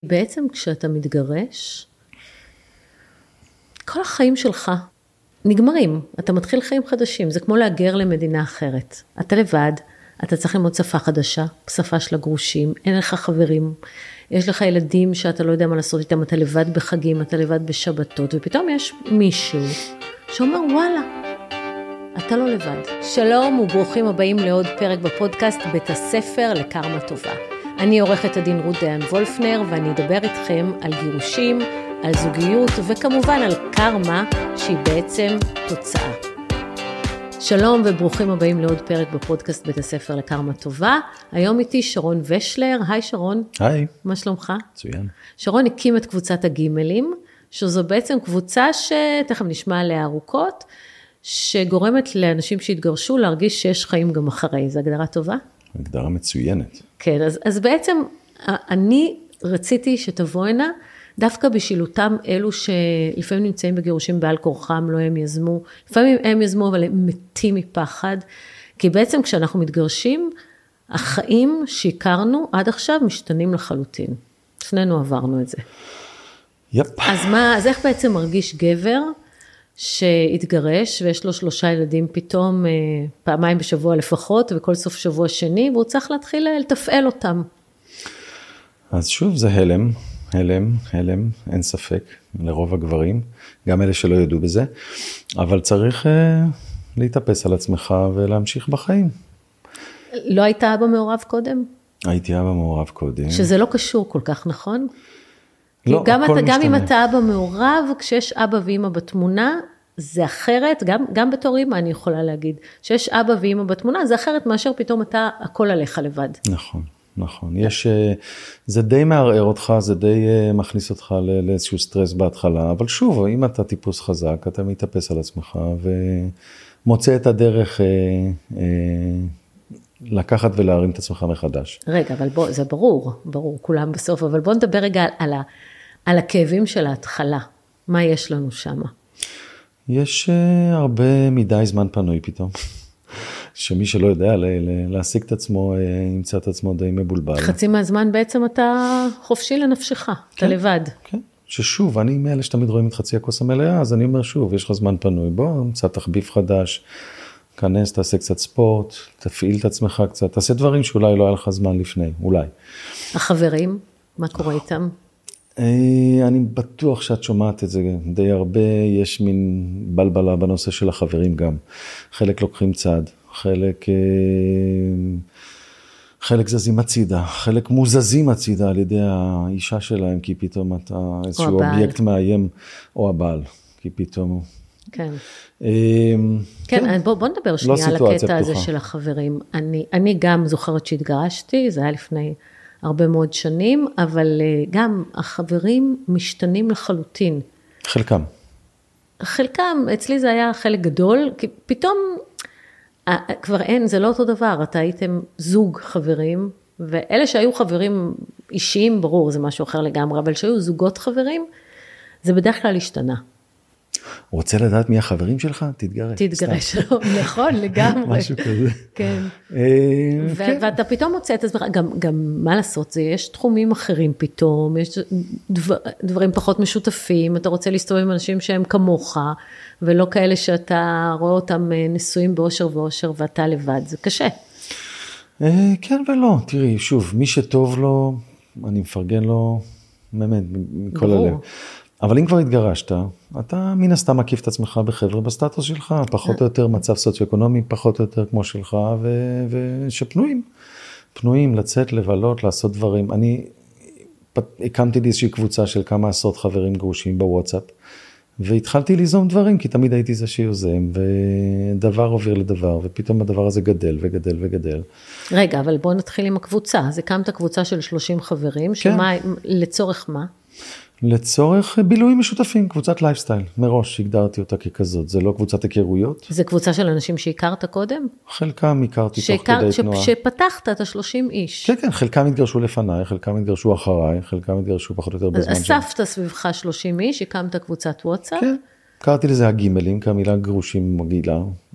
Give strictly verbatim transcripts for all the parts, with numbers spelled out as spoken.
בעצם כשאתה מתגרש, כל החיים שלך נגמרים, אתה מתחיל חיים חדשים, זה כמו להגר למדינה אחרת. אתה לבד, אתה צריך ללמוד שפה חדשה, שפה של הגרושים, אין לך חברים, יש לך ילדים שאתה לא יודע מה לעשות איתם, אתה לבד בחגים, אתה לבד בשבתות, ופתאום יש מישהו שאומר וואלה, אתה לא לבד. שלום וברוכים הבאים לעוד פרק בפודקאסט בית הספר לקרמה טובה. אני עורכת הדין רות דיין וולפנר, ואני אדבר איתכם על גירושים, על זוגיות, וכמובן על קרמה, שהיא בעצם תוצאה. שלום וברוכים הבאים לעוד פרק בפודקאסט בית הספר לקרמה טובה. היום איתי שרון ושלר. היי שרון. היי. מה שלומך? מצוין. שרון הקים את קבוצת הגימלים, שזו בעצם קבוצה שתכף נשמע עליה ארוכות, שגורמת לאנשים שהתגרשו להרגיש שיש חיים גם אחרי. זו הגדרה טובה? הגדרה מצוינת. כן, אז, אז בעצם אני רציתי שתבוא הנה, דווקא בשילותם אלו שלפעמים נמצאים בגירושים בעל כורחם, לא הם יזמו, לפעמים הם יזמו, אבל הם מתים מפחד, כי בעצם כשאנחנו מתגרשים, החיים שהכרנו עד עכשיו משתנים לחלוטין. לפנינו עברנו את זה. יפ. אז מה, אז איך בעצם מרגיש גבר שהתגרש, ויש לו שלושה ילדים פתאום, פעמיים בשבוע לפחות, וכל סוף שבוע שני, והוא צריך להתחיל לתפעל אותם. אז שוב, זה הלם, הלם, הלם, אין ספק, לרוב הגברים, גם אלה שלא ידעו בזה, אבל צריך אה, להתאפס על עצמך ולהמשיך בחיים. לא היית אבא מעורב קודם? הייתי אבא מעורב קודם. שזה לא קשור כל כך, נכון? לא, גם הכל אתה, משתנה. גם אם אתה אבא מעורב, כשיש אבא ואמא בתמונה, זה אחרת, גם, גם בתור אמא אני יכולה להגיד, שיש אבא ואמא בתמונה, זה אחרת מאשר פתאום אתה הכל עליך לבד. נכון, נכון. יש, זה די מערער אותך, זה די מכניס אותך לאיזשהו סטרס בהתחלה, אבל שוב, אם אתה טיפוס חזק, אתה מתאפס על עצמך, ומוצא את הדרך לקחת ולהרים את עצמך מחדש. רגע, אבל בוא, זה ברור, ברור, כולם בסוף, אבל בוא נדבר רגע על, ה, על הכאבים של ההתחלה. מה יש לנו שם? יש uh, הרבה מדי זמן פנוי פתאום, שמי שלא יודע לה, להשיג את עצמו, ימצא את עצמו די מבולבל. חצי מהזמן בעצם אתה חופשי לנפשך, כן, אתה לבד. כן, ששוב, אני מאלה שתמיד רואים את חצי הכוס המלאה, אז אני אומר שוב, יש לך זמן פנוי, בוא, מצא תחביב חדש, כנס, תעשה קצת ספורט, תפעיל את עצמך קצת, תעשה דברים שאולי לא היה לך זמן לפני, אולי. החברים, מה קורה איתם? אני בטוח שאת שומעת את זה די הרבה, יש מין בלבלה בנושא של החברים גם. חלק לוקחים צעד, חלק, חלק זזים הצידה, חלק מוזזים הצידה על ידי האישה שלהם, כי פתאום אתה איזשהו אובייקט מאיים, או הבעל, כי פתאום... כן. כן, בוא, בוא נדבר שנייה על הקטע הזה של החברים. אני, אני גם זוכרת שהתגרשתי, זה היה לפני הרבה מאוד שנים, אבל גם החברים משתנים לחלוטין. חלקם. חלקם, אצלי זה היה חלק גדול, כי פתאום כבר אין, זה לא אותו דבר, אתה הייתם זוג חברים, ואלה שהיו חברים אישיים, ברור, זה משהו אחר לגמרי, אבל שהיו זוגות חברים, זה בדרך כלל השתנה. רוצה לדעת מי החברים שלך? תתגרש. תתגרש, נכון, לגמרי. משהו כזה. כן. ואתה פתאום מוצא את עצמך, גם מה לעשות, יש תחומים אחרים פתאום, יש דברים פחות משותפים, אתה רוצה להסתובב עם אנשים שהם כמוך, ולא כאלה שאתה רואה אותם נשואים באושר ואושר, ואתה לבד, זה קשה. כן ולא, תראי, שוב, מי שטוב לו, אני מפרגן לו, באמת, מכל הלב. אבל אם כבר התגרשת, אתה מן הסתם מקיף את עצמך בחבר'ה בסטטוס שלך, פחות או יותר מצב סוציו-אקונומי, פחות או יותר כמו שלך, ושפנויים, פנויים לצאת, לבלות, לעשות דברים. אני הקמתי לי איזושהי קבוצה של כמה עשרות חברים גרושים בוואטסאפ, והתחלתי ליזום דברים, כי תמיד הייתי זה שיוזם, ודבר עובר לדבר, ופתאום הדבר הזה גדל וגדל וגדל. רגע, אבל בוא נתחיל עם הקבוצה. אז הקמת קבוצה של שלושים חברים, שמה, לצורך מה? לצורך בילויים משותפים, קבוצת לייפסטייל, מראש הגדרתי אותה ככזאת, זה לא קבוצת היכרויות. זה קבוצה של אנשים שהכרת קודם? חלקם הכרתי תוך כדי תנועה. שפתחת את ה-שלושים איש. כן, כן, חלקם התגרשו לפניי, חלקם התגרשו אחריי, חלקם התגרשו פחות או יותר בזמן. אז אספת סביבך שלושים איש, הקמת קבוצת וואטסאפ? כן, קראתי לזה הגימלים, כי המילה גרושים מגעילה,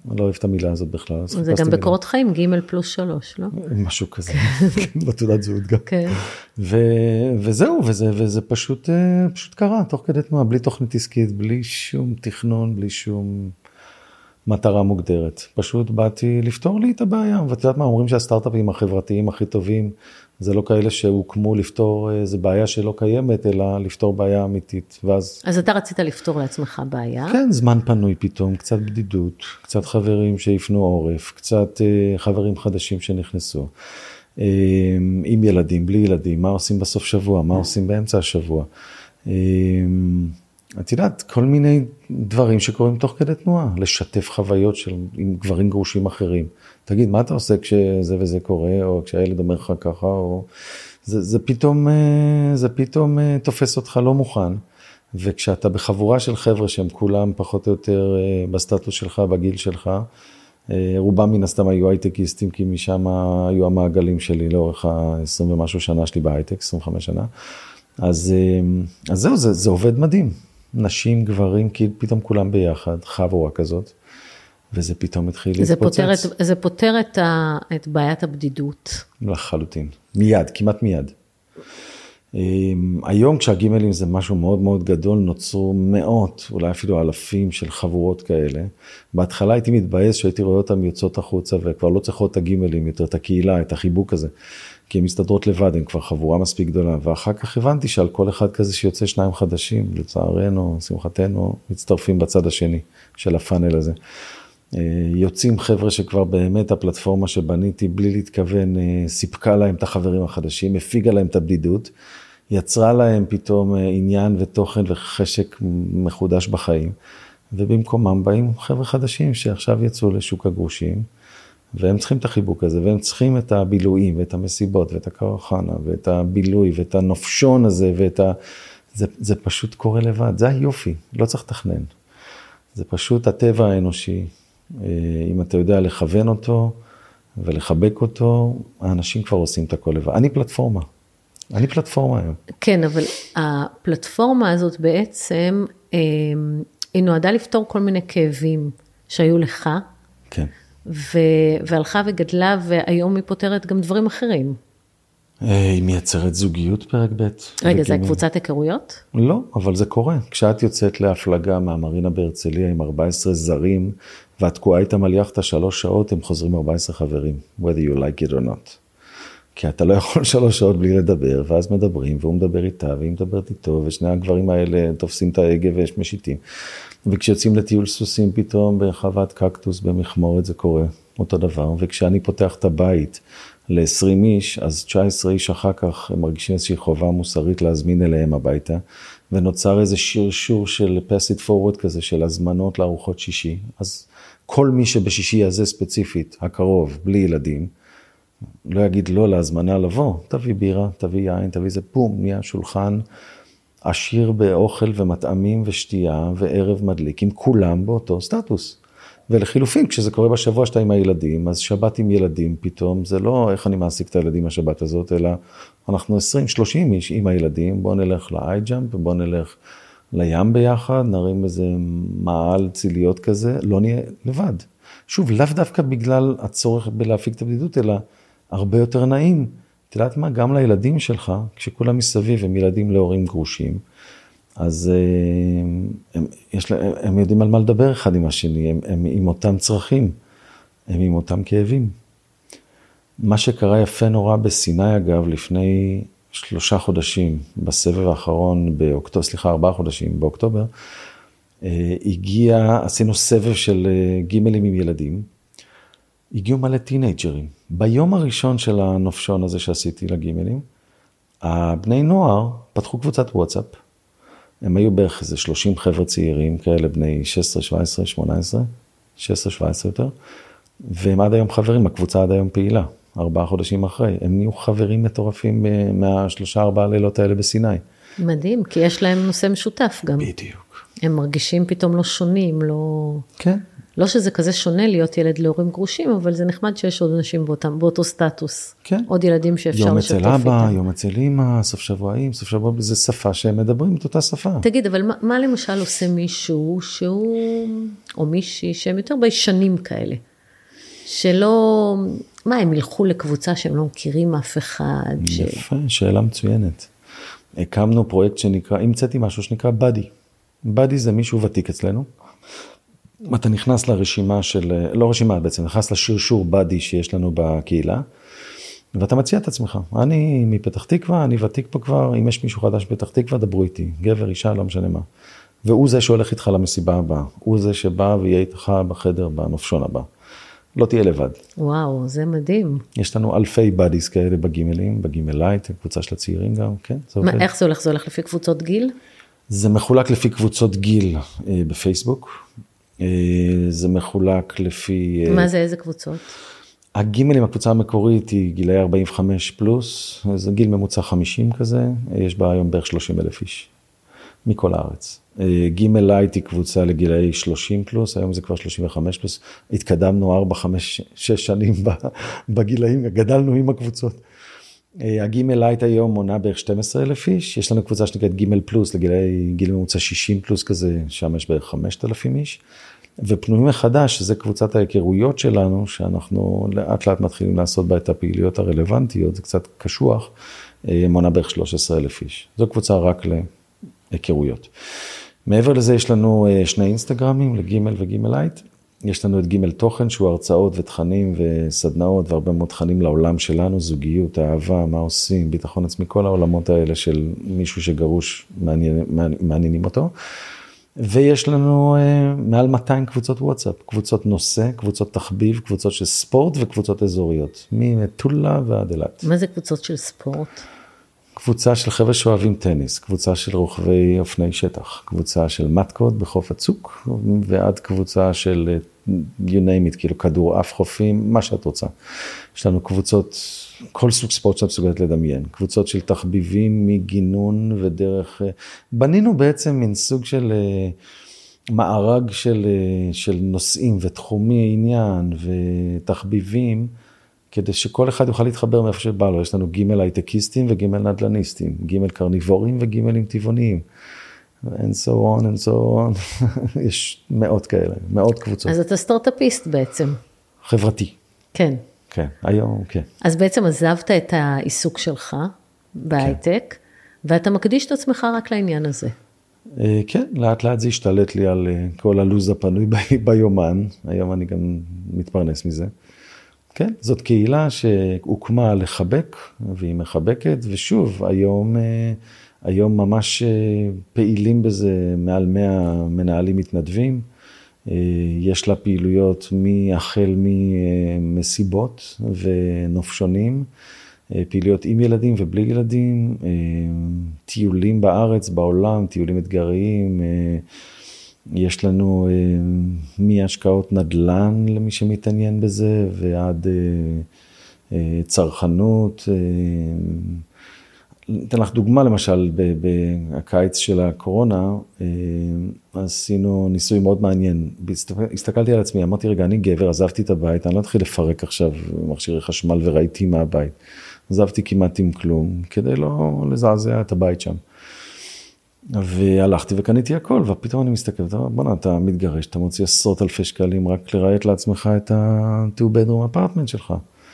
אני לא אוהב את המילה הזאת בכלל. זה גם בקורות חיים, ג' פלוס שלוש, לא? משהו כזה, בתעודת זהות גם. כן. וזהו, וזה פשוט קרה, תוך כדי תנועה, בלי תוכנית עסקית, בלי שום תכנון, בלי שום מטרה מוגדרת. פשוט באתי לפתור לי את הבעיה, ואת יודעת מה, אומרים שהסטארט-אפים החברתיים הכי טובים, זה לא כאלה שהוקמו לפתור איזו בעיה שלא קיימת, אלא לפתור בעיה אמיתית, ואז... אז אתה רצית לפתור לעצמך בעיה? כן, זמן פנוי פתאום, קצת בדידות, קצת חברים שיפנו עורף, קצת חברים חדשים שנכנסו, עם ילדים, בלי ילדים, מה עושים בסוף שבוע, מה עושים באמצע השבוע. את יודעת, כל מיני דברים שקורים תוך כדי תנועה, לשתף חוויות של עם גברים גרושים אחרים. תגיד, מה אתה עושה כשזה וזה קורה, או כשהילד אומר לך ככה, או... זה, זה פתאום, זה פתאום תופס אותך לא מוכן, וכשאתה בחבורה של חבר'ה שהם כולם פחות או יותר בסטטוס שלך, בגיל שלך, רובם מן הסתם היו הייטקיסטים, כי משם היו המעגלים שלי לאורך ה-עשרים ומשהו שנה שלי בהייטק, עשרים וחמש שנה. אז, אז זהו, זה, זה עובד מדהים. נשים, גברים, כי פתאום כולם ביחד, חבורה כזאת, וזה פתאום התחיל להתפוצץ. זה פותר, זה פותר את, ה, את בעיית הבדידות. לחלוטין. מיד, כמעט מיד. היום כשהגימלים זה משהו מאוד מאוד גדול, נוצרו מאות, אולי אפילו אלפים של חבורות כאלה. בהתחלה הייתי מתבאס שהייתי רואה אותם יוצאות החוצה, וכבר לא צריכות את הגימלים יותר, את הקהילה, את החיבוק הזה. כי הן מסתדרות לבד, הן כבר חבורה מספיק גדולה, ואחר כך הבנתי שעל כל אחד כזה שיוצא שניים חדשים, לצערנו, שמחתנו, מצטרפים בצד השני של הפאנל הזה. יוצאים חבר'ה שכבר באמת הפלטפורמה שבניתי, בלי להתכוון, סיפקה להם את החברים החדשים, הפיגה להם את הבדידות, יצרה להם פתאום עניין ותוכן וחשק מחודש בחיים, ובמקומם באים חבר'ה חדשים שעכשיו יצאו לשוק הגרושים, והם צריכים את החיבוק הזה, והם צריכים את הבילויים, ואת המסיבות, ואת הקרחנה, ואת הבילוי, ואת הנופשון הזה, ואת ה... זה, זה פשוט קורה לבד, זה היופי, לא צריך לתכנן. זה פשוט הטבע האנושי, אם אתה יודע לכוון אותו, ולחבק אותו, האנשים כבר עושים את הכל לבד. אני פלטפורמה, אני פלטפורמה היום. כן, אבל הפלטפורמה הזאת בעצם, היא נועדה לפתור כל מיני כאבים שהיו לך, כן. ו... והלכה וגדלה, והיום היא פותרת גם דברים אחרים. היא מייצרת זוגיות פרק ב'. רגע, זה קבוצת היכרויות? לא, אבל זה קורה. כשאת יוצאת להפלגה מהמרינה בהרצליה עם ארבעה עשר זרים, ואת תקועה איתם על יחטה שלוש שעות, הם חוזרים ארבעה עשר חברים, whether you like it or not. כי אתה לא יכול שלוש שעות בלי לדבר, ואז מדברים, והוא מדבר איתה, והיא מדברת איתו, ושני הגברים האלה תופסים את ההגה ויש משיתים. וכשיוצאים לטיול סוסים פתאום בחוות קקטוס במחמורת זה קורה, אותו דבר. וכשאני פותח את הבית ל-עשרים איש, אז תשע עשרה איש אחר כך הם מרגישים איזושהי חובה מוסרית להזמין אליהם הביתה, ונוצר איזה שרשור של pass it forward כזה, של הזמנות לארוחות שישי. אז כל מי שבשישי הזה ספציפית, הקרוב, בלי ילדים, לא יגיד לא להזמנה לבוא, תביא בירה, תביא יין, תביא זה פום, נהיה שולחן, עשיר באוכל ומטעמים ושתייה וערב מדליק, עם כולם באותו סטטוס. ולחילופין, כשזה קורה בשבוע שאתה עם הילדים, אז שבת עם ילדים פתאום, זה לא איך אני מעסיק את הילדים השבת הזאת, אלא אנחנו עשרים שלושים איש עם הילדים, בוא נלך לאי-ג'אמפ, בוא נלך לים ביחד, נרים איזה מעל ציליות כזה, לא נהיה לבד. שוב, לאו דווקא בגלל הצורך בלהפיק את הבדידות, אלא הרבה יותר נעים. את יודעת מה? גם לילדים שלך, כשכולם מסביב הם ילדים להורים גרושים, אז הם, יש לה, הם יודעים על מה לדבר אחד עם השני, הם, הם עם אותם צרכים, הם עם אותם כאבים. מה שקרה יפה נורא בסיני אגב, לפני שלושה חודשים, בסבב האחרון, באוקטובר, סליחה, ארבעה חודשים, באוקטובר, הגיע, עשינו סבב של גימלים עם ילדים, הגיעו מלא טינאג'רים. ביום הראשון של הנופשון הזה שעשיתי לגימלים, הבני נוער פתחו קבוצת וואטסאפ, הם היו בערך איזה שלושים חבר'ה צעירים, כאלה בני שש עשרה, שבע עשרה, שמונה עשרה, שש עשרה, שבע עשרה יותר, והם עד היום חברים, הקבוצה עד היום פעילה, ארבעה חודשים אחרי, הם נהיו חברים מטורפים מהשלושה ארבעה לילות האלה בסיני. מדהים, כי יש להם נושא משותף גם. בדיוק. הם מרגישים פתאום לא שונים, לא... כן, לא שזה כזה שונה להיות ילד להורים גרושים, אבל זה נחמד שיש עוד אנשים באותם, באותו סטטוס. כן. עוד ילדים שאפשר לשתף איתם. יום אצל אבא, יום אצל אמא, סוף שבוע עם, סוף שבוע, זה שפה שהם מדברים את אותה שפה. תגיד, אבל מה, מה למשל עושה מישהו שהוא, או מישהי, שהם יותר ביישנים כאלה? שלא, מה, הם ילכו לקבוצה שהם לא מכירים אף אחד? יפה, ש... שאלה מצוינת. הקמנו פרויקט שנקרא, המצאתי משהו שנקרא בדי. בדי זה מישהו ותיק אצלנו. אתה נכנס לרשימה של, לא רשימה בעצם, נכנס לשרשור בדי שיש לנו בקהילה, ואתה מציע את עצמך. אני מפתח תקווה, אני ותיק פה כבר, אם יש מישהו חדש בפתח תקווה, דברו איתי. גבר, אישה, לא משנה מה. והוא זה שהולך איתך למסיבה הבאה. הוא זה שבא ויהיה איתך בחדר בנופשון הבא. לא תהיה לבד. וואו, זה מדהים. יש לנו אלפי בדיס כאלה בגימלים, בגימלייט, קבוצה של הצעירים גם, כן? מה, איך זה הולך? זה הולך לפי קבוצות גיל? זה מחולק לפי קבוצות גיל אה, בפייסבוק. אה, זה מחולק לפי... אה, מה זה, איזה קבוצות? הגימלים, הקבוצה המקורית היא גילאי ארבעים וחמש פלוס, זה גיל ממוצע חמישים כזה, יש בה היום בערך שלושים אלף איש, מכל הארץ. גימל לייט היא קבוצה לגילאי שלושים פלוס, היום זה כבר שלושים וחמש פלוס, התקדמנו ארבע, חמש, שש שנים בגילאים, גדלנו עם הקבוצות. הגימל לייט היום מונה בערך שנים עשר אלף איש, יש לנו קבוצה שנקראת גימל פלוס, לגילאי גיל ממוצע שישים פלוס כזה, שם יש בערך חמשת אלפים איש, ופנויים מחדש, שזה קבוצת ההיכרויות שלנו, שאנחנו לאט לאט מתחילים לעשות בה את הפעילויות הרלוונטיות, זה קצת קשוח, מונה בערך שלושה עשר אלף איש. זו קבוצה רק להיכרויות. מעבר לזה יש לנו שני אינסטגרמים, לגימל וגימל לייט. יש לנו את גימל תוכן, שהוא הרצאות ותכנים וסדנאות, והרבה מאוד תכנים לעולם שלנו, זוגיות, אהבה, מה עושים, ביטחון עצמי, כל העולמות האלה של מישהו שגרוש מעניין, מעניינים אותו. ויש לנו uh, מעל מאתיים קבוצות וואטסאפ, קבוצות נושא, קבוצות תחביב, קבוצות של ספורט וקבוצות אזוריות, ממטולה ועד אילת. מה זה קבוצות של ספורט? קבוצה של חבר'ה שאוהבים טניס, קבוצה של רוכבי אופני שטח, קבוצה של מתקות בחוף הצוק, ועד קבוצה של you name it, כאילו כדור אף חופים, מה שאת רוצה. יש לנו קבוצות, כל סוג ספורט שאת מסוגלת לדמיין, קבוצות של תחביבים מגינון ודרך, בנינו בעצם מין סוג של מארג של, של נושאים ותחומי עניין ותחביבים, כדי שכל אחד יוכל להתחבר מאיפה שבא לו. יש לנו גימל הייטקיסטים וגימל נדלניסטים, גימל קרניבורים וגימלים טבעוניים, and so on and so on. יש מאות כאלה, מאות קבוצות. אז אתה סטארט-אפיסט בעצם. חברתי. כן. כן, היום, כן. אז בעצם עזבת את העיסוק שלך בהייטק, כן. ואתה מקדיש את עצמך רק לעניין הזה. כן, לאט לאט זה השתלט לי על כל הלוז הפנוי ביומן, היום אני גם מתפרנס מזה. כן, זאת קהילה שהוקמה לחבק, והיא מחבקת, ושוב, היום, היום ממש פעילים בזה מעל מאה מנהלים מתנדבים, יש לה פעילויות החל ממסיבות ונופשונים, פעילויות עם ילדים ובלי ילדים, טיולים בארץ, בעולם, טיולים אתגריים, יש לנו מהשקעות נדל"ן למי שמתעניין בזה, ועד צרכנות. אתן לך דוגמה, למשל, בקיץ של הקורונה, עשינו ניסוי מאוד מעניין. הסתכלתי על עצמי, אמרתי, רגע, אני גבר, עזבתי את הבית, אני לא אתחיל לפרק עכשיו מכשירי חשמל וראיתי מהבית. עזבתי כמעט עם כלום, כדי לא לזעזע את הבית שם. והלכתי וקניתי הכל, ופתאום אני מסתכל, בוא'נה, אתה מתגרש, אתה מוציא עשרות אלפי שקלים, רק לראיית לעצמך את ה-two bedroom apartment שלך.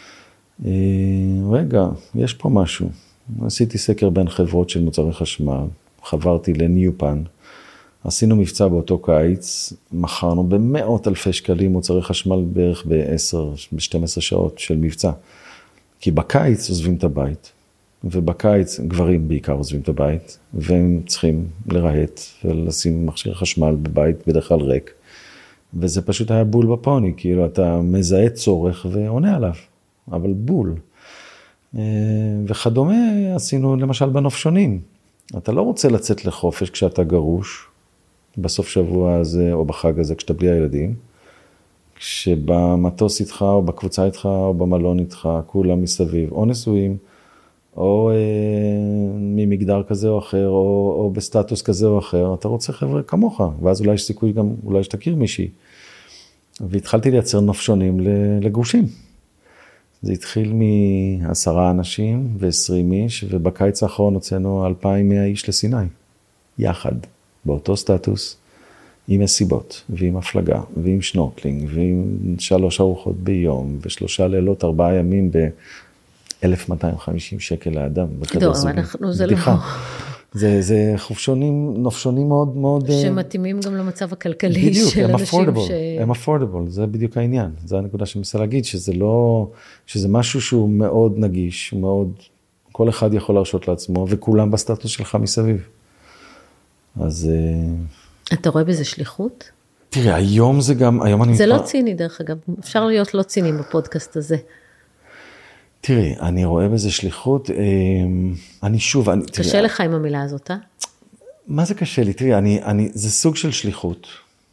רגע, יש פה משהו. עשיתי סקר בין חברות של מוצרי חשמל, חברתי לניופן, עשינו מבצע באותו קיץ, מכרנו במאות אלפי שקלים מוצרי חשמל בערך ב-עשר, ב-שתים עשרה שעות של מבצע. כי בקיץ עוזבים את הבית, ובקיץ גברים בעיקר עוזבים את הבית, והם צריכים לרהט ולשים מכשיר חשמל בבית בדרך כלל ריק, וזה פשוט היה בול בפוני, כאילו אתה מזהה צורך ועונה עליו, אבל בול. וכדומה עשינו למשל בנופשונים, אתה לא רוצה לצאת לחופש כשאתה גרוש, בסוף שבוע הזה או בחג הזה כשאתה בלי הילדים, כשבמטוס איתך או בקבוצה איתך או במלון איתך, כולם מסביב, או נשואים, או אה, ממגדר כזה או אחר, או, או בסטטוס כזה או אחר, אתה רוצה חבר'ה כמוך, ואז אולי יש סיכוי גם, אולי שתכיר מישהי. והתחלתי לייצר נופשונים לגרושים. זה התחיל מעשרה אנשים ועשרים איש, ובקיץ האחרון הוצאנו אלפיים ומאה איש לסיני, יחד, באותו סטטוס, עם מסיבות, ועם הפלגה, ועם שנורקלינג, ועם שלוש ארוחות ביום, ושלושה לילות, ארבעה ימים ב-אלף מאתיים וחמישים שקל לאדם. לא, אבל אנחנו זה לא... זה, זה חופשונים, נופשונים מאוד מאוד... שמתאימים גם למצב הכלכלי בדיוק, של הם אנשים affordable, ש... הם affordable, זה בדיוק העניין. זה הנקודה שמנסה להגיד, שזה לא, שזה משהו שהוא מאוד נגיש, מאוד, כל אחד יכול להרשות לעצמו, וכולם בסטטוס שלך מסביב. אז... אתה רואה בזה שליחות? תראה, היום זה גם, היום אני... זה לא ציני דרך אגב, אפשר להיות לא ציני בפודקאסט הזה. תראי, אני רואה בזה שליחות, אני שוב... אני, קשה תראי, לך עם המילה הזאת, אה? מה זה קשה לי? תראי, אני, אני, זה סוג של שליחות,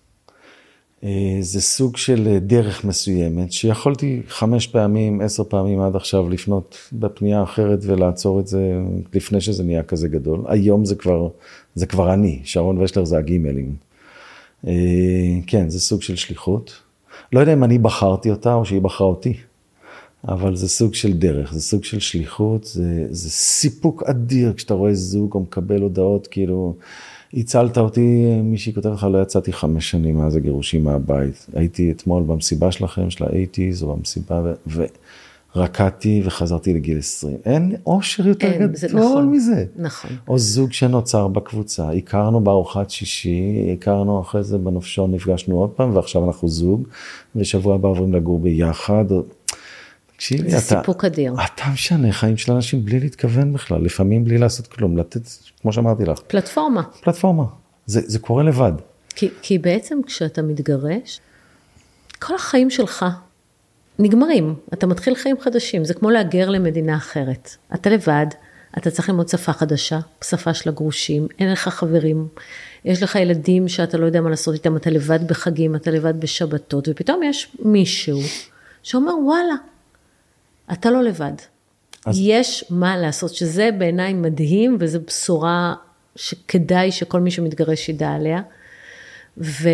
זה סוג של דרך מסוימת, שיכולתי חמש פעמים, עשר פעמים עד עכשיו לפנות בפנייה אחרת ולעצור את זה לפני שזה נהיה כזה גדול. היום זה כבר, זה כבר אני, שרון ושלר זה הגימלים. כן, זה סוג של שליחות. לא יודע אם אני בחרתי אותה או שהיא בחרה אותי. אבל זה סוג של דרך, זה סוג של שליחות, זה, זה סיפוק אדיר כשאתה רואה זוג או מקבל הודעות, כאילו, הצלת אותי, מישהי כותב לך, לא יצאתי חמש שנים מאז הגירושים מהבית, הייתי אתמול במסיבה שלכם, של ה-שמונים, או במסיבה, ו... ורקדתי וחזרתי לגיל עשרים. אין אושר יותר אין, גדול נכון, מזה. נכון. או זוג שנוצר בקבוצה, הכרנו בארוחת שישי, הכרנו אחרי זה בנופשון, נפגשנו עוד פעם, ועכשיו אנחנו זוג, ושבוע הבא עוברים לגור ביחד, תקשיבי, זה אתה, סיפוק אדיר. אתה משנה חיים של אנשים בלי להתכוון בכלל, לפעמים בלי לעשות כלום, לתת, כמו שאמרתי לך. פלטפורמה. פלטפורמה. זה, זה קורה לבד. כי, כי בעצם כשאתה מתגרש, כל החיים שלך נגמרים. אתה מתחיל חיים חדשים. זה כמו להגר למדינה אחרת. אתה לבד, אתה צריך ללמוד שפה חדשה, שפה של הגרושים, אין לך חברים, יש לך ילדים שאתה לא יודע מה לעשות איתם, אתה לבד בחגים, אתה לבד בשבתות, ופתאום יש מישהו שאומר, וואלה, אתה לא לבד. אז... יש מה לעשות, שזה בעיניי מדהים, וזו בשורה שכדאי שכל מי שמתגרש ידע עליה, וזה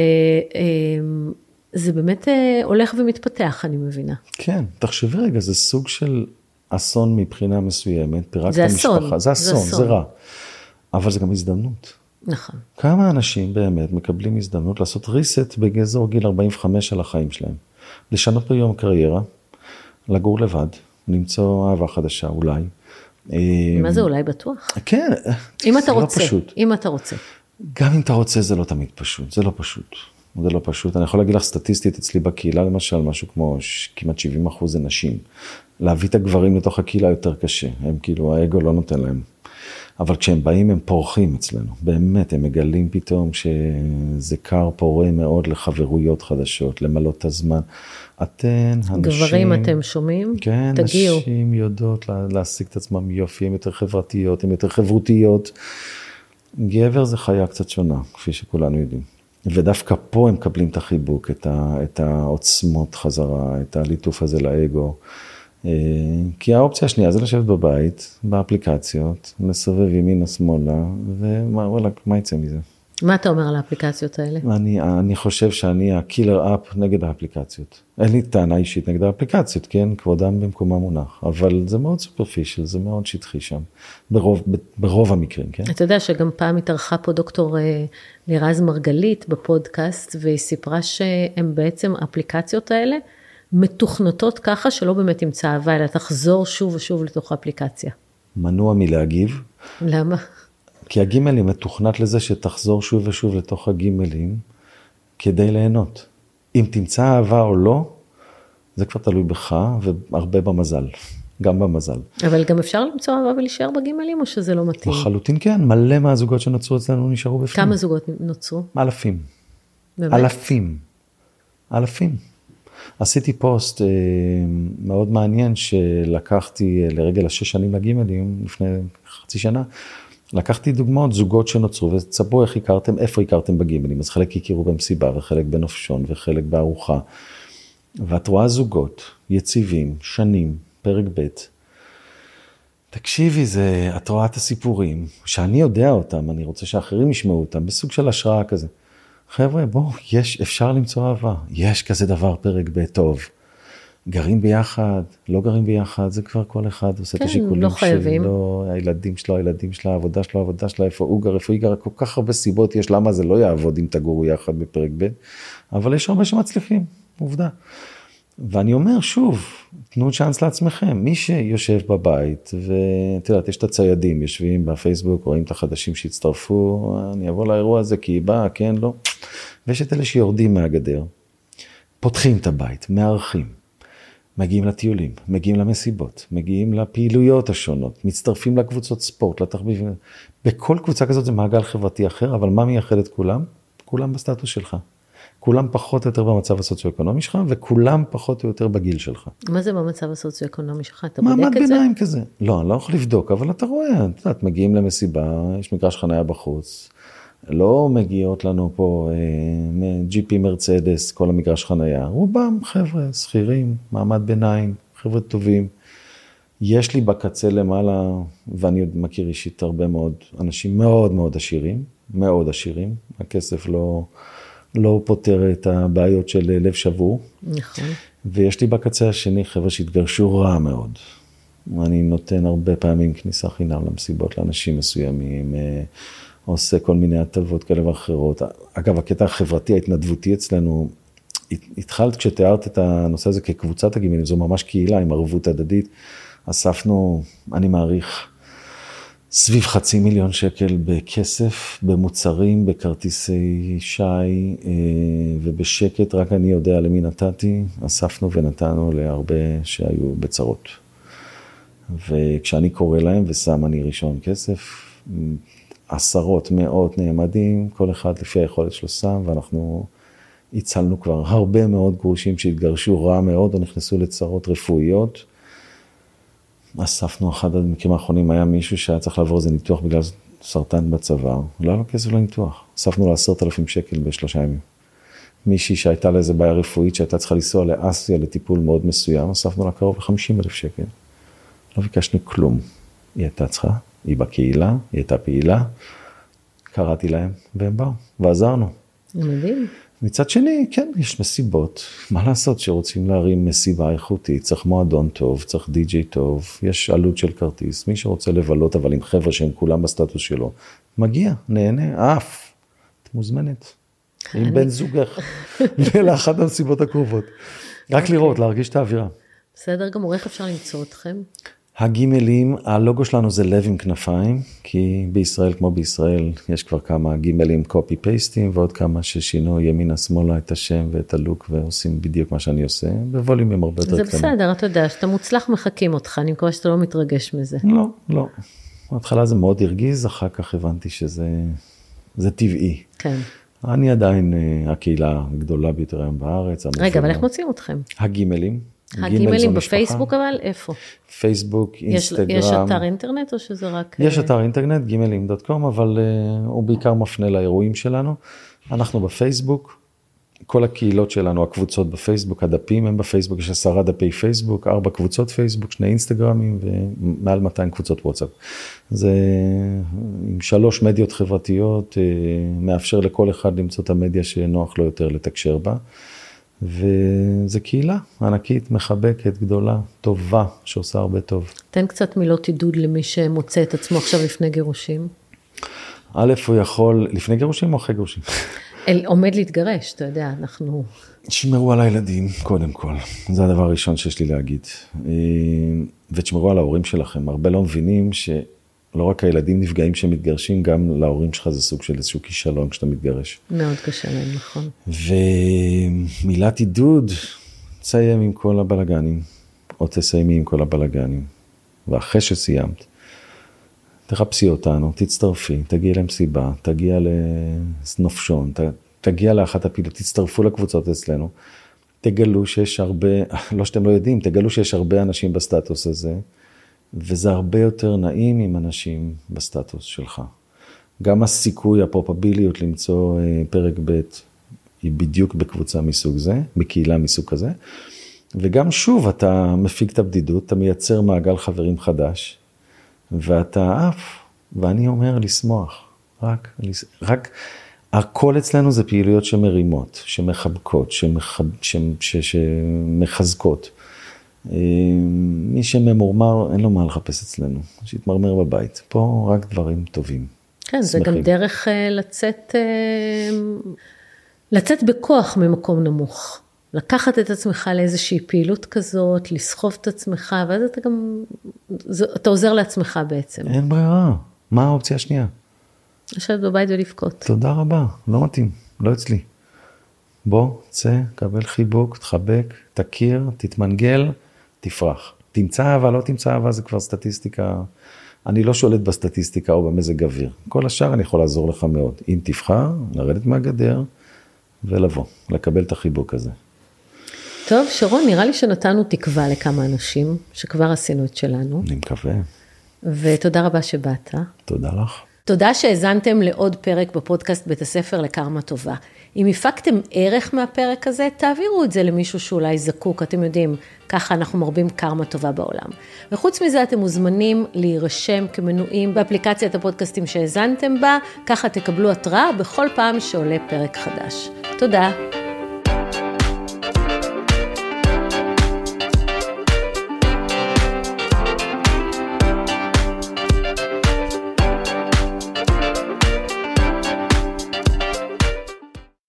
באמת הולך ומתפתח, אני מבינה. כן, תחשבי רגע, זה סוג של אסון מבחינה מסוימת, פירקת זה אסון. המשפחה, זה אסון, זה, זה רע, אבל זה גם הזדמנות. נכון. כמה אנשים באמת מקבלים הזדמנות לעשות ריסט בגזור גיל ארבעים וחמש על החיים שלהם, לשנות ביום קריירה, לגור לבד, למצוא אהבה חדשה אולי. מה זה אולי בטוח? כן, אם אתה זה רוצה, לא פשוט. אם אתה רוצה. גם אם אתה רוצה זה לא תמיד פשוט, זה לא פשוט. זה לא פשוט. אני יכול להגיד לך סטטיסטית אצלי בקהילה, למשל, משהו כמו כמעט שבעים אחוז זה נשים. להביא את הגברים לתוך הקהילה יותר קשה, הם כאילו, האגו לא נותן להם. אבל כשהם באים הם פורחים אצלנו, באמת, הם מגלים פתאום שזה קר פורה מאוד לחברויות חדשות, למלות את הזמן. אתן, הנשים... גברים אתם שומעים? כן, תגיעו. נשים יודעות להשיג את עצמם יופי, הן יותר חברתיות, הן יותר חברותיות. גבר זה חיה קצת שונה, כפי שכולנו יודעים. ודווקא פה הם מקבלים את החיבוק, את, ה, את העוצמות חזרה, את הליטוף הזה לאגו. כי האופציה השנייה זה לשבת בבית, באפליקציות, לסובב ימינה שמאלה, ווואלה, מה יצא מזה? מה אתה אומר על האפליקציות האלה? אני, אני חושב שאני הקילר אפ נגד האפליקציות. אין לי טענה אישית נגד האפליקציות, כן? כבודם במקומה מונח. אבל זה מאוד סופרפישל, זה מאוד שטחי שם. ברוב, ברוב המקרים, כן? אתה יודע שגם פעם התארחה פה דוקטור לירז מרגלית בפודקאסט, והיא סיפרה שהן בעצם האפליקציות האלה, מתוכנתות ככה שלא באמת תמצא אהבה, אלא תחזור שוב ושוב לתוך האפליקציה. מנוע מלהגיב. למה? כי הגימלים מתוכנת לזה שתחזור שוב ושוב לתוך הגימלים, כדי ליהנות. אם תמצא אהבה או לא, זה כבר תלוי בך, והרבה במזל, גם במזל. אבל גם אפשר למצוא אהבה ולהישאר בגימלים, או שזה לא מתאים? לחלוטין כן, מלא מהזוגות שנוצרו אצלנו נשארו בפנים. כמה זוגות נוצרו? אלפים. באמת? אלפים. אלפים. עשיתי פוסט אה, מאוד מעניין, שלקחתי לרגל השש שנים לגימלים, לפני חצי שנה, לקחתי דוגמאות, זוגות שנוצרו, וצפו איך הכרתם, איפה הכרתם בגימלים, אז חלק הכירו במסיבה, וחלק בנופשון, וחלק בארוחה, ואת רואה זוגות, יציבים, שנים, פרק ב', תקשיבי, זה, את רואה את הסיפורים, שאני יודע אותם, אני רוצה שאחרים ישמעו אותם, בסוג של השראה כזה, חבר'ה, בואו, יש, אפשר למצוא אהבה. יש כזה דבר פרק בטוב. גרים ביחד, לא גרים ביחד, זה כבר כל אחד עושה כן, את השיקולים לא חייבים. שלו, הילדים שלו, הילדים שלה, העבודה שלו, העבודה שלה, איפה הוא גר, איפה היא גר, כל כך הרבה סיבות יש למה זה לא יעבוד אם תגורו יחד בפרק ב', אבל יש הרבה שמצליחים, עובדה. ואני אומר שוב, תנו צ'אנס לעצמכם, מי שיושב בבית, ואת יודעת, יש את הציידים, יושבים בפייסבוק, רואים את החדשים שהצטרפו, אני אבוא לאירוע הזה כי היא באה, כן, לא, ויש את אלה שיורדים מהגדר, פותחים את הבית, מארחים, מגיעים לטיולים, מגיעים למסיבות, מגיעים לפעילויות השונות, מצטרפים לקבוצות ספורט, לתחביבים, בכל קבוצה כזאת זה מעגל חברתי אחר, אבל מה מייחד את כולם? כולם בסטטוס שלך. כולם פחות או יותר במצב הסוציו-אקונומי שלך, וכולם פחות או יותר בגיל שלך. מה זה במצב הסוציו-אקונומי שלך? אתה בודק את זה? מעמד ביניים כזה. לא, אני לא יכול לבדוק, אבל אתה רואה, את יודעת, מגיעים למסיבה, יש מגרש חניה בחוץ, לא מגיעות לנו פה אה, ג'י פי מרצדס, כל המגרש חניה, רובם חבר'ה, שכירים, מעמד ביניים, חבר'ה טובים. יש לי בקצה למעלה, ואני עוד מכיר אישית הרבה מאוד, אנשים מאוד מאוד עשירים, מאוד עשירים, הכסף לא... לא פותר את הבעיות של לב שבור. נכון. ויש לי בקצה השני חבר'ה שהתגרשו רע מאוד. אני נותן הרבה פעמים כניסה חינם למסיבות לאנשים מסוימים, עושה כל מיני הטבות כאלה ואחרות. אגב, הקטע החברתי, ההתנדבותי אצלנו, התחלת כשתיארת את הנושא הזה כקבוצת הגימלים, זו ממש קהילה עם ערבות הדדית. אספנו, אני מעריך, סביב חצי מיליון שקל בכסף, במוצרים, בכרטיסי שי, ובשקט, רק אני יודע למי נתתי, אספנו ונתנו להרבה שהיו בצרות. וכשאני קורא להם ושם אני ראשון כסף, עשרות, מאות נעמדים, כל אחד לפי היכולת שלו שם, ואנחנו הצלנו כבר הרבה מאוד גרושים שהתגרשו רע מאוד, או נכנסו לצרות רפואיות, אספנו אחד המקרים האחרונים, היה מישהו שהיה צריך לעבור איזה ניתוח בגלל סרטן בצוואר, לא היה לו כסף לניתוח, אספנו לו עשרת אלפים שקל בשלושה ימים. מישהי שהייתה לה איזה בעיה רפואית, שהייתה צריכה לנסוע לאסיה לטיפול מאוד מסוים, אספנו לה קרוב ל-חמישים אלף שקל. לא ביקשנו כלום. היא הייתה צריכה, היא בקהילה, היא הייתה פעילה, קראתי להם והם באו, ועזרנו. מדהים. מצד שני, כן, יש מסיבות. מה לעשות שרוצים להרים מסיבה איכותית, צריך מועדון טוב, צריך די-ג'יי טוב, יש עלות של כרטיס, מי שרוצה לבלות, אבל עם חבר'ה שהם כולם בסטטוס שלו, מגיע, נהנה, אף, את מוזמנת, עם בן זוגך, לאחת המסיבות הקרובות. רק לראות, להרגיש את האווירה. בסדר גמור, איך אפשר למצוא אתכם? הגימלים, הלוגו שלנו זה לב עם כנפיים, כי בישראל כמו בישראל יש כבר כמה גימלים קופי פייסטים, ועוד כמה ששינו ימינה שמאלה את השם ואת הלוק, ועושים בדיוק מה שאני עושה, בווליומים הרבה יותר קטנים. זה בסדר, אתה יודע, שאתה מוצלח מחכים אותך, אני מקווה שאתה לא מתרגש מזה. לא, לא. בהתחלה זה מאוד הרגיז, אחר כך הבנתי שזה זה טבעי. כן. אני עדיין הקהילה הגדולה ביותר היום בארץ. רגע, אבל איך מוצאים אתכם? הגימלים. הגימלים בפייסבוק אבל איפה? פייסבוק, אינסטגרם. יש אתר אינטרנט או שזה רק... יש אתר אינטרנט, גימלים דוט קום, אבל הוא בעיקר מפנה לאירועים שלנו. אנחנו בפייסבוק, כל הקהילות שלנו, הקבוצות בפייסבוק, הדפים הם בפייסבוק, יש עשרה דפי פייסבוק, ארבע קבוצות פייסבוק, שני אינסטגרמים ומעל מאתיים קבוצות וואטסאפ. זה עם שלוש מדיות חברתיות, מאפשר לכל אחד למצוא את המדיה שנוח לו יותר לתקשר בה. וזה קהילה ענקית, מחבקת, גדולה, טובה, שעושה הרבה טוב. תן קצת מילות עידוד למי שמוצא את עצמו עכשיו לפני גירושים. א', הוא יכול, לפני גירושים או אחרי גירושים? אל, עומד להתגרש, אתה יודע, אנחנו... תשמרו על הילדים, קודם כל. זה הדבר הראשון שיש לי להגיד. ותשמרו על ההורים שלכם. הרבה לא מבינים שלא רק הילדים נפגעים שמתגרשים, גם להורים שלך זה סוג של איזשהו כישלון כשאתה מתגרש. מאוד קשה להם, נכון. ומילת עידוד, תסיים עם כל הבלגנים, או תסיימי עם כל הבלגנים. ואחרי שסיימת, תחפשי אותנו, תצטרפי, תגיעי למסיבה, תגיע לנופשון, תגיע לאחת הפעילות, תצטרפו לקבוצות אצלנו, תגלו שיש הרבה, לא שאתם לא יודעים, תגלו שיש הרבה אנשים בסטטוס הזה, וזה הרבה יותר נעים עם אנשים בסטטוס שלך. גם הסיכוי, הפרופביליות למצוא פרק ב' היא בדיוק בקבוצה מסוג זה, בקהילה מסוג כזה, וגם שוב אתה מפיק את הבדידות, אתה מייצר מעגל חברים חדש, ואתה אף, ואני אומר לשמוח, רק, רק הכל אצלנו זה פעילויות שמרימות, שמחבקות, שמחב... ש... ש... שמחזקות. מי שממורמר, אין לו מה לחפש אצלנו, שיתמרמר בבית. פה רק דברים טובים. כן, זה גם דרך לצאת, לצאת בכוח ממקום נמוך. לקחת את עצמך לאיזושהי פעילות כזאת, לסחוב את עצמך, ואז אתה גם, אתה עוזר לעצמך בעצם. אין ברירה. מה האופציה השנייה? לשבת בבית ולבכות. תודה רבה, לא מתאים, לא אצלי. בוא, צא, קבל חיבוק, תחבק, תכיר, תתמנגל, תפרח. תמצא אהבה, לא תמצא אהבה, זה כבר סטטיסטיקה. אני לא שולט בסטטיסטיקה או במזג אוויר. כל השאר אני יכול לעזור לך מאוד. אם תבחר, לרדת מהגדר ולבוא, לקבל את החיבוק הזה. טוב, שרון, נראה לי שנתנו תקווה לכמה אנשים, שכבר עשינו את שלנו. אני מקווה. ותודה רבה שבאת. תודה לך. תודה שהזנתם לעוד פרק בפודקאסט בית הספר לקרמה טובה. אם הפקתם ערך מהפרק הזה, תעבירו את זה למישהו שאולי זקוק, אתם יודעים, ככה אנחנו מרבים קרמה טובה בעולם. וחוץ מזה אתם מוזמנים להירשם כמנויים באפליקציית הפודקאסטים שהזנתם בה, ככה תקבלו התראה בכל פעם שעולה פרק חדש. תודה.